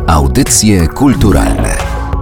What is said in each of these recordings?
Audycje kulturalne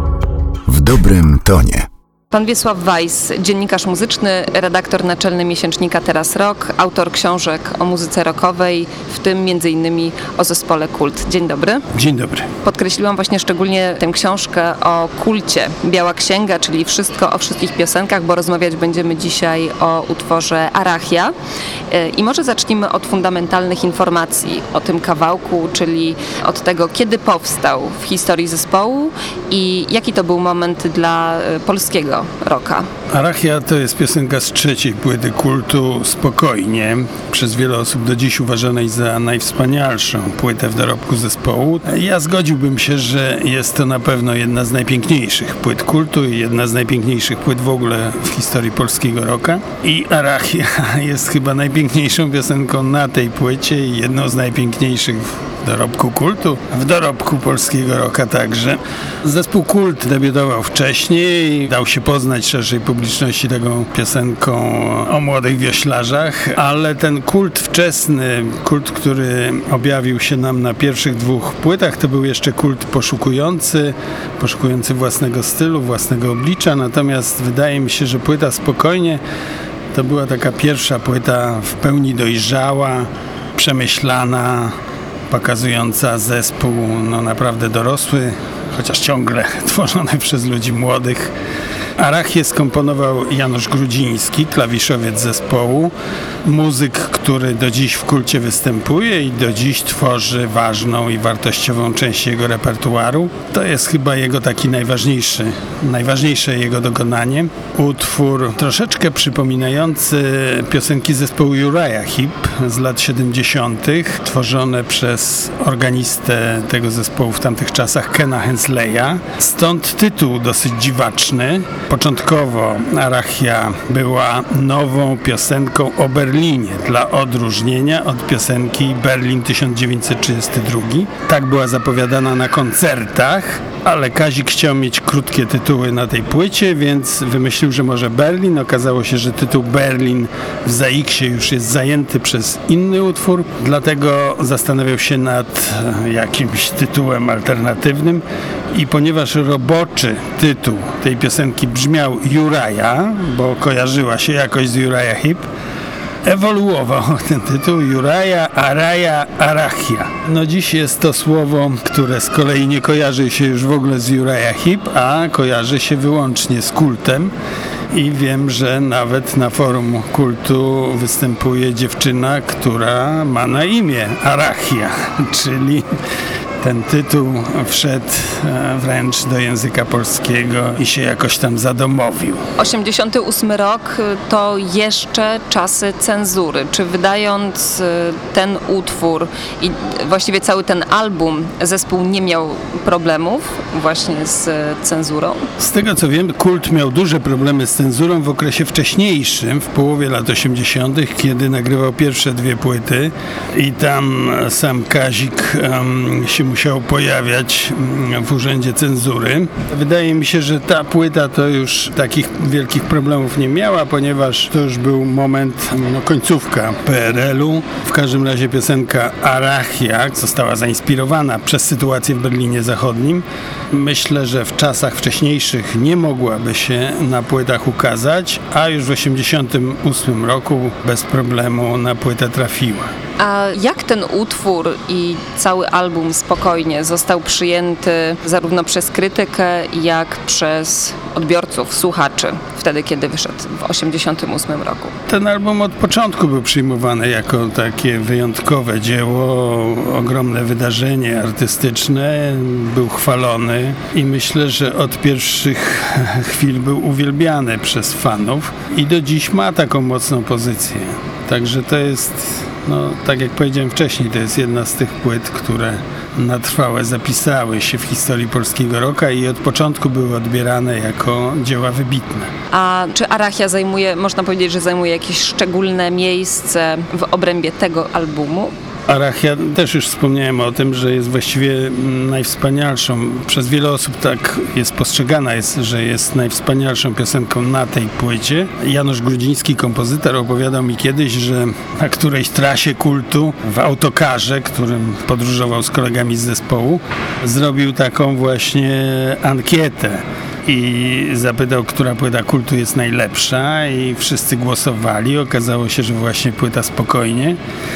w dobrym tonie. Pan Wiesław Weiss, dziennikarz muzyczny, redaktor naczelny miesięcznika Teraz Rock, autor książek o muzyce rockowej, w tym m.in. o zespole Kult. Dzień dobry. Dzień dobry. Podkreśliłam właśnie szczególnie tę książkę o kulcie. Biała Księga, czyli wszystko o wszystkich piosenkach, bo rozmawiać będziemy dzisiaj o utworze Arachia. I może zacznijmy od fundamentalnych informacji o tym kawałku, czyli od tego, kiedy powstał w historii zespołu i jaki to był moment dla polskiego rocka. Arachia to jest piosenka z trzeciej płyty Kultu Spokojnie, przez wiele osób do dziś uważanej za najwspanialszą płytę w dorobku zespołu. Ja zgodziłbym się, że jest to na pewno jedna z najpiękniejszych płyt Kultu i jedna z najpiękniejszych płyt w ogóle w historii polskiego rocka. I Arachia jest chyba najpiękniejszą piosenką na tej płycie i jedną z najpiękniejszych w dorobku Kultu, w dorobku polskiego rocka także. Zespół Kult debiutował wcześniej, dał się poznać szerszej publiczności taką piosenką o młodych wioślarzach, ale ten kult wczesny, kult, który objawił się nam na pierwszych dwóch płytach, to był jeszcze kult poszukujący własnego stylu, własnego oblicza, natomiast wydaje mi się, że płyta Spokojnie to była taka pierwsza płyta w pełni dojrzała, przemyślana, pokazująca zespół naprawdę dorosły, chociaż ciągle tworzony przez ludzi młodych. Arachię skomponował Janusz Grudziński, klawiszowiec zespołu, muzyk, który do dziś w Kulcie występuje i do dziś tworzy ważną i wartościową część jego repertuaru. To jest chyba jego taki najważniejsze jego dokonanie. Utwór troszeczkę przypominający piosenki zespołu Uriah Heep z lat 70., tworzone przez organistę tego zespołu w tamtych czasach, Kena Hensleya. Stąd tytuł dosyć dziwaczny. Początkowo Arachia była nową piosenką o Berlinie, dla odróżnienia od piosenki Berlin 1932. Tak była zapowiadana na koncertach, ale Kazik chciał mieć krótkie tytuły na tej płycie, więc wymyślił, że może Berlin. Okazało się, że tytuł Berlin w ZAX-ie już jest zajęty przez inny utwór, dlatego zastanawiał się nad jakimś tytułem alternatywnym i ponieważ roboczy tytuł tej piosenki brzmiał Uriah, bo kojarzyła się jakoś z Uriah Heep, ewoluował ten tytuł Uriah, Araja, Arachia. No dziś jest to słowo, które z kolei nie kojarzy się już w ogóle z Uriah Heep, a kojarzy się wyłącznie z kultem. I wiem, że nawet na forum Kultu występuje dziewczyna, która ma na imię Arachia, czyli ten tytuł wszedł wręcz do języka polskiego i się jakoś tam zadomowił. 88 rok to jeszcze czasy cenzury. Czy wydając ten utwór i właściwie cały ten album zespół nie miał problemów właśnie z cenzurą? Z tego co wiem, Kult miał duże problemy z cenzurą w okresie wcześniejszym, w połowie lat 80., kiedy nagrywał pierwsze dwie płyty i tam sam Kazik się musiał pojawiać w Urzędzie Cenzury. Wydaje mi się, że ta płyta to już takich wielkich problemów nie miała, ponieważ to już był moment, końcówka PRL-u. W każdym razie piosenka Arachia została zainspirowana przez sytuację w Berlinie Zachodnim. Myślę, że w czasach wcześniejszych nie mogłaby się na płytach ukazać, a już w 1988 roku bez problemu na płytę trafiła. A jak ten utwór i cały album Spokojnie został przyjęty zarówno przez krytykę, jak przez odbiorców, słuchaczy, wtedy kiedy wyszedł w 1988 roku? Ten album od początku był przyjmowany jako takie wyjątkowe dzieło, ogromne wydarzenie artystyczne, był chwalony i myślę, że od pierwszych chwil był uwielbiany przez fanów i do dziś ma taką mocną pozycję. Także to jest, tak jak powiedziałem wcześniej, to jest jedna z tych płyt, które na trwałe zapisały się w historii polskiego rocka i od początku były odbierane jako dzieła wybitne. A czy Arachia można powiedzieć, że zajmuje jakieś szczególne miejsce w obrębie tego albumu? Arachia, też już wspomniałem o tym, że jest właściwie najwspanialszą, przez wiele osób tak jest postrzegana, że jest najwspanialszą piosenką na tej płycie. Janusz Grudziński, kompozytor, opowiadał mi kiedyś, że na którejś trasie kultu w autokarze, którym podróżował z kolegami z zespołu, zrobił taką właśnie ankietę i zapytał, która płyta kultu jest najlepsza i wszyscy głosowali. Okazało się, że właśnie płyta Spokojnie.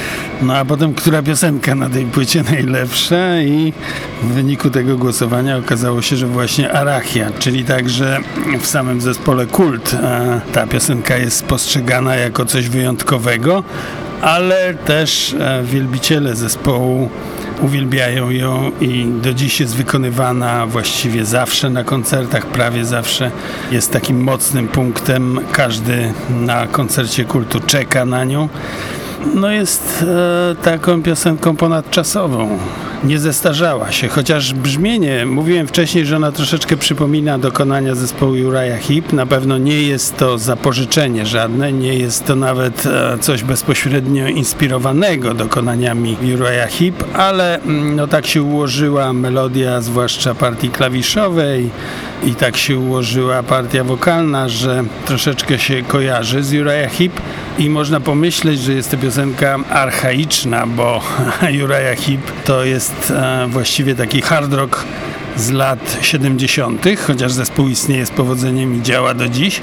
No a potem, która piosenka na tej płycie najlepsza i w wyniku tego głosowania okazało się, że właśnie Arachia, czyli także w samym zespole Kult ta piosenka jest postrzegana jako coś wyjątkowego, ale też wielbiciele zespołu uwielbiają ją i do dziś jest wykonywana właściwie zawsze na koncertach, prawie zawsze jest takim mocnym punktem. Każdy na koncercie Kultu czeka na nią. No jest taką piosenką ponadczasową. Nie zestarzała się, chociaż brzmienie, mówiłem wcześniej, że ona troszeczkę przypomina dokonania zespołu Uriah Heep. Na pewno nie jest to zapożyczenie żadne, nie jest to nawet coś bezpośrednio inspirowanego dokonaniami Uriah Heep, ale no tak się ułożyła melodia, zwłaszcza partii klawiszowej i tak się ułożyła partia wokalna, że troszeczkę się kojarzy z Uriah Heep i można pomyśleć, że jest to piosenka archaiczna, bo Uriah Heep to jest właściwie taki hard rock z lat 70., chociaż zespół istnieje z powodzeniem i działa do dziś,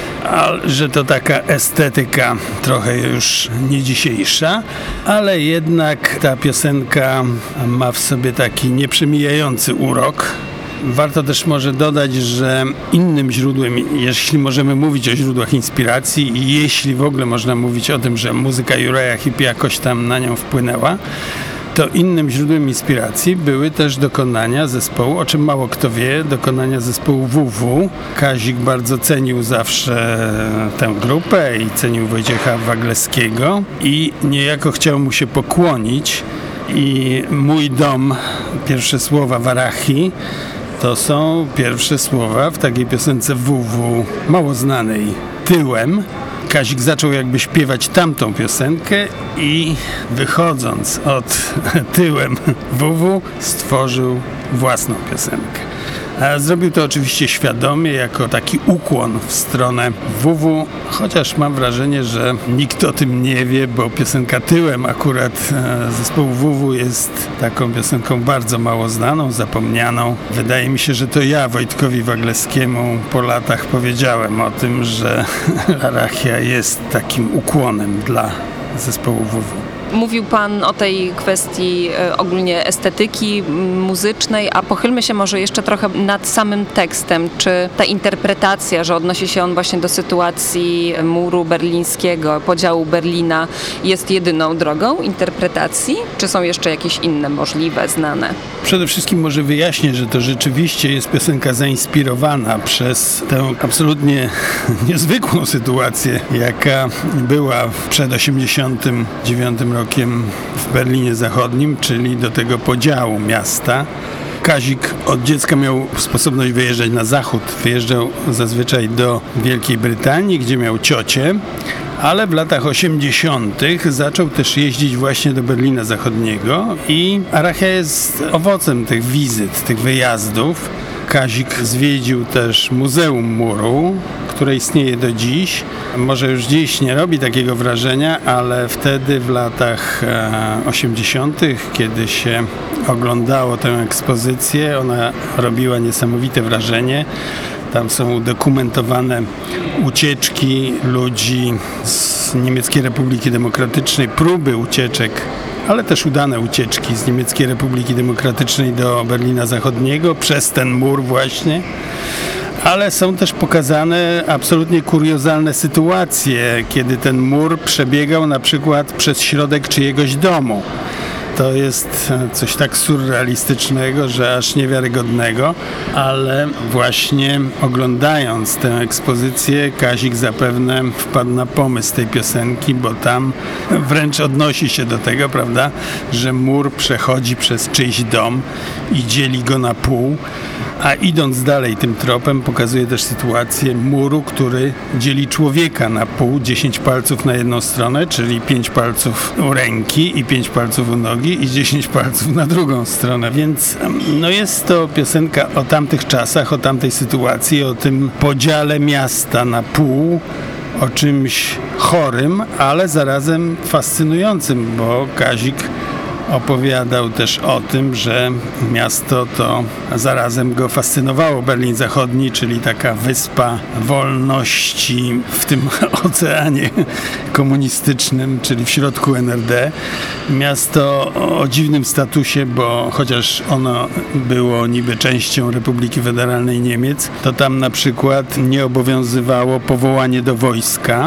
ale że to taka estetyka trochę już nie dzisiejsza, ale jednak ta piosenka ma w sobie taki nieprzemijający urok. Warto też może dodać, że innym źródłem, jeśli możemy mówić o źródłach inspiracji i jeśli w ogóle można mówić o tym, że muzyka Uriah Heep jakoś tam na nią wpłynęła, to innym źródłem inspiracji były też dokonania zespołu, o czym mało kto wie, dokonania zespołu WW. Kazik bardzo cenił zawsze tę grupę i cenił Wojciecha Wagleskiego i niejako chciał mu się pokłonić i Mój dom, pierwsze słowa w Arachii, to są pierwsze słowa w takiej piosence WW, mało znanej, Tyłem. Kazik zaczął jakby śpiewać tamtą piosenkę i wychodząc od Tyłem WW stworzył własną piosenkę. A zrobił to oczywiście świadomie, jako taki ukłon w stronę WW, chociaż mam wrażenie, że nikt o tym nie wie, bo piosenka Tyłem akurat zespołu WW jest taką piosenką bardzo mało znaną, zapomnianą. Wydaje mi się, że to ja Wojtkowi Wagleskiemu po latach powiedziałem o tym, że Arachia jest takim ukłonem dla zespołu WW. Mówił Pan o tej kwestii ogólnie estetyki muzycznej, a pochylmy się może jeszcze trochę nad samym tekstem. Czy ta interpretacja, że odnosi się on właśnie do sytuacji muru berlińskiego, podziału Berlina, jest jedyną drogą interpretacji? Czy są jeszcze jakieś inne możliwe, znane? Przede wszystkim może wyjaśnię, że to rzeczywiście jest piosenka zainspirowana przez tę absolutnie niezwykłą sytuację, jaka była przed 1989 rokiem w Berlinie Zachodnim, czyli do tego podziału miasta. Kazik od dziecka miał sposobność wyjeżdżać na zachód. Wyjeżdżał zazwyczaj do Wielkiej Brytanii, gdzie miał ciocię, ale w latach 80. zaczął też jeździć właśnie do Berlina Zachodniego i Arachia jest owocem tych wizyt, tych wyjazdów. Kazik zwiedził też Muzeum Muru, które istnieje do dziś. Może już dziś nie robi takiego wrażenia, ale wtedy w latach 80., kiedy się oglądało tę ekspozycję, ona robiła niesamowite wrażenie. Tam są udokumentowane ucieczki ludzi z Niemieckiej Republiki Demokratycznej, próby ucieczek, ale też udane ucieczki z Niemieckiej Republiki Demokratycznej do Berlina Zachodniego przez ten mur właśnie. Ale są też pokazane absolutnie kuriozalne sytuacje, kiedy ten mur przebiegał na przykład przez środek czyjegoś domu. To jest coś tak surrealistycznego, że aż niewiarygodnego, ale właśnie oglądając tę ekspozycję, Kazik zapewne wpadł na pomysł tej piosenki, bo tam wręcz odnosi się do tego, prawda, że mur przechodzi przez czyjś dom i dzieli go na pół. A idąc dalej tym tropem, pokazuje też sytuację muru, który dzieli człowieka na pół, 10 palców na jedną stronę, czyli 5 palców u ręki i 5 palców u nogi i 10 palców na drugą stronę. Więc jest to piosenka o tamtych czasach, o tamtej sytuacji, o tym podziale miasta na pół, o czymś chorym, ale zarazem fascynującym, bo Kazik opowiadał też o tym, że miasto to zarazem go fascynowało. Berlin Zachodni, czyli taka wyspa wolności w tym oceanie komunistycznym, czyli w środku NRD. Miasto o dziwnym statusie, bo chociaż ono było niby częścią Republiki Federalnej Niemiec, to tam na przykład nie obowiązywało powołanie do wojska,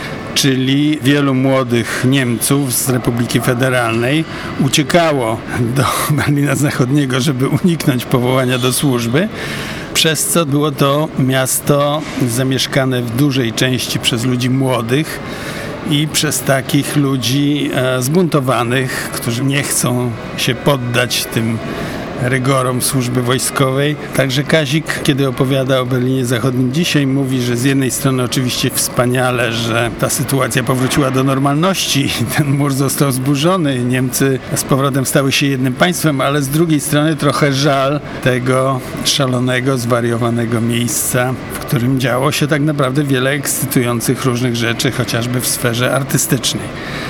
czyli wielu młodych Niemców z Republiki Federalnej uciekało do Berlina Zachodniego, żeby uniknąć powołania do służby, przez co było to miasto zamieszkane w dużej części przez ludzi młodych i przez takich ludzi zbuntowanych, którzy nie chcą się poddać tym rygorom służby wojskowej. Także Kazik, kiedy opowiada o Berlinie Zachodnim dzisiaj, mówi, że z jednej strony oczywiście wspaniale, że ta sytuacja powróciła do normalności i ten mur został zburzony. Niemcy z powrotem stały się jednym państwem, ale z drugiej strony trochę żal tego szalonego, zwariowanego miejsca, w którym działo się tak naprawdę wiele ekscytujących różnych rzeczy, chociażby w sferze artystycznej.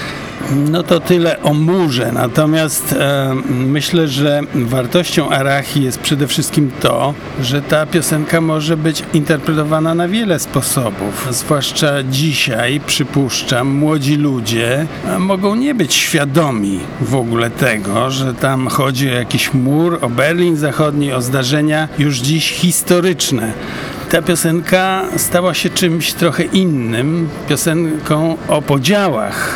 To tyle o murze, natomiast myślę, że wartością Arachii jest przede wszystkim to, że ta piosenka może być interpretowana na wiele sposobów. Zwłaszcza dzisiaj, przypuszczam, młodzi ludzie mogą nie być świadomi w ogóle tego, że tam chodzi o jakiś mur, o Berlin Zachodni, o zdarzenia już dziś historyczne. Ta piosenka stała się czymś trochę innym, piosenką o podziałach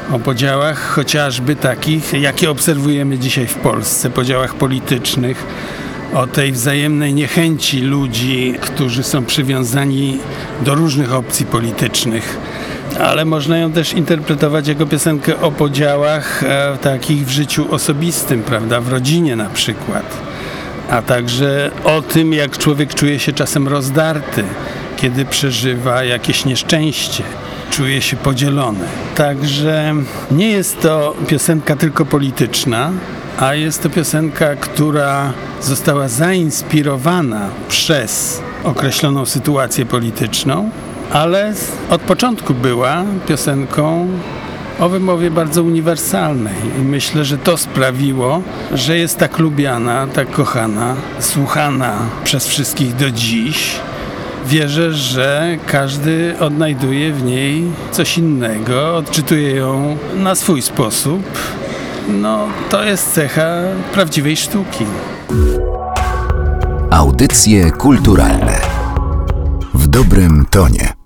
chociażby takich, jakie obserwujemy dzisiaj w Polsce, podziałach politycznych, o tej wzajemnej niechęci ludzi, którzy są przywiązani do różnych opcji politycznych. Ale można ją też interpretować jako piosenkę o podziałach takich w życiu osobistym, prawda, w rodzinie na przykład. A także o tym, jak człowiek czuje się czasem rozdarty, kiedy przeżywa jakieś nieszczęście. Czuje się podzielony. Także nie jest to piosenka tylko polityczna, a jest to piosenka, która została zainspirowana przez określoną sytuację polityczną, ale od początku była piosenką o wymowie bardzo uniwersalnej. I myślę, że to sprawiło, że jest tak lubiana, tak kochana, słuchana przez wszystkich do dziś. Wierzę, że każdy odnajduje w niej coś innego, odczytuje ją na swój sposób. To jest cecha prawdziwej sztuki. Audycje kulturalne w dobrym tonie.